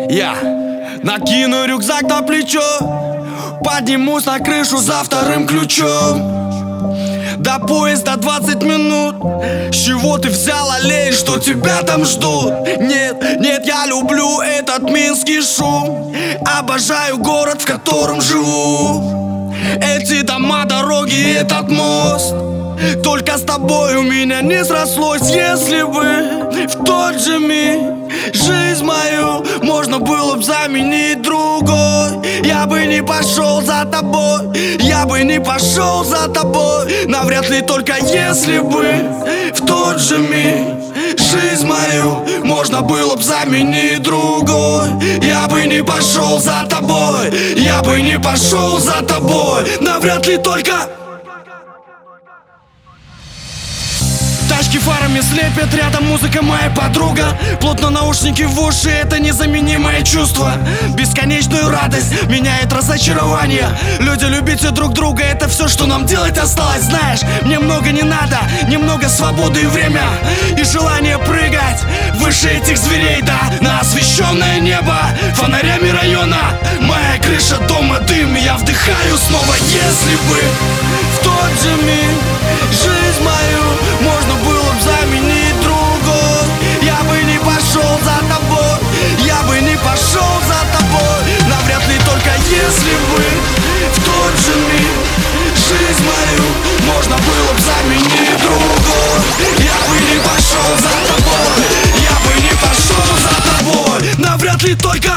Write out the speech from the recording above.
Я накину рюкзак на плечо, поднимусь на крышу за вторым ключом. До поезда 20 минут. С чего ты взял, олень, что тебя там ждут? Нет, нет, я люблю этот минский шум. Обожаю город, в котором живу. Эти дома, дороги, этот мост. Только с тобой у меня не срослось. Если бы в тот же миг жизнь мою можно было бы заменить другой, я бы не пошел за тобой, я бы не пошел за тобой. Навряд ли только если бы в тот же миг жизнь мою можно было бы заменить другой, я бы не пошел за тобой, я бы не пошел за тобой. Навряд ли только. Тачки фарами слепят, рядом музыка моя подруга. Плотно наушники в уши, это незаменимое чувство. Бесконечную радость меняет разочарование. Люди, любите друг друга, это все, что нам делать осталось. Знаешь, мне много не надо, немного свободы и время, и желание прыгать выше этих зверей, да, на освещенное небо фонарями района. Моя крыша дома, дым, я вдыхаю снова. Если бы в тот же миг жизнь мою можно было бы заменить другой, я бы не пошел за тобой, я бы не пошел за тобой. Навряд ли только если бы в тот же миг жизнь мою можно было бы заменить другой, я бы не пошел за тобой, я бы не пошел за тобой. Навряд ли только.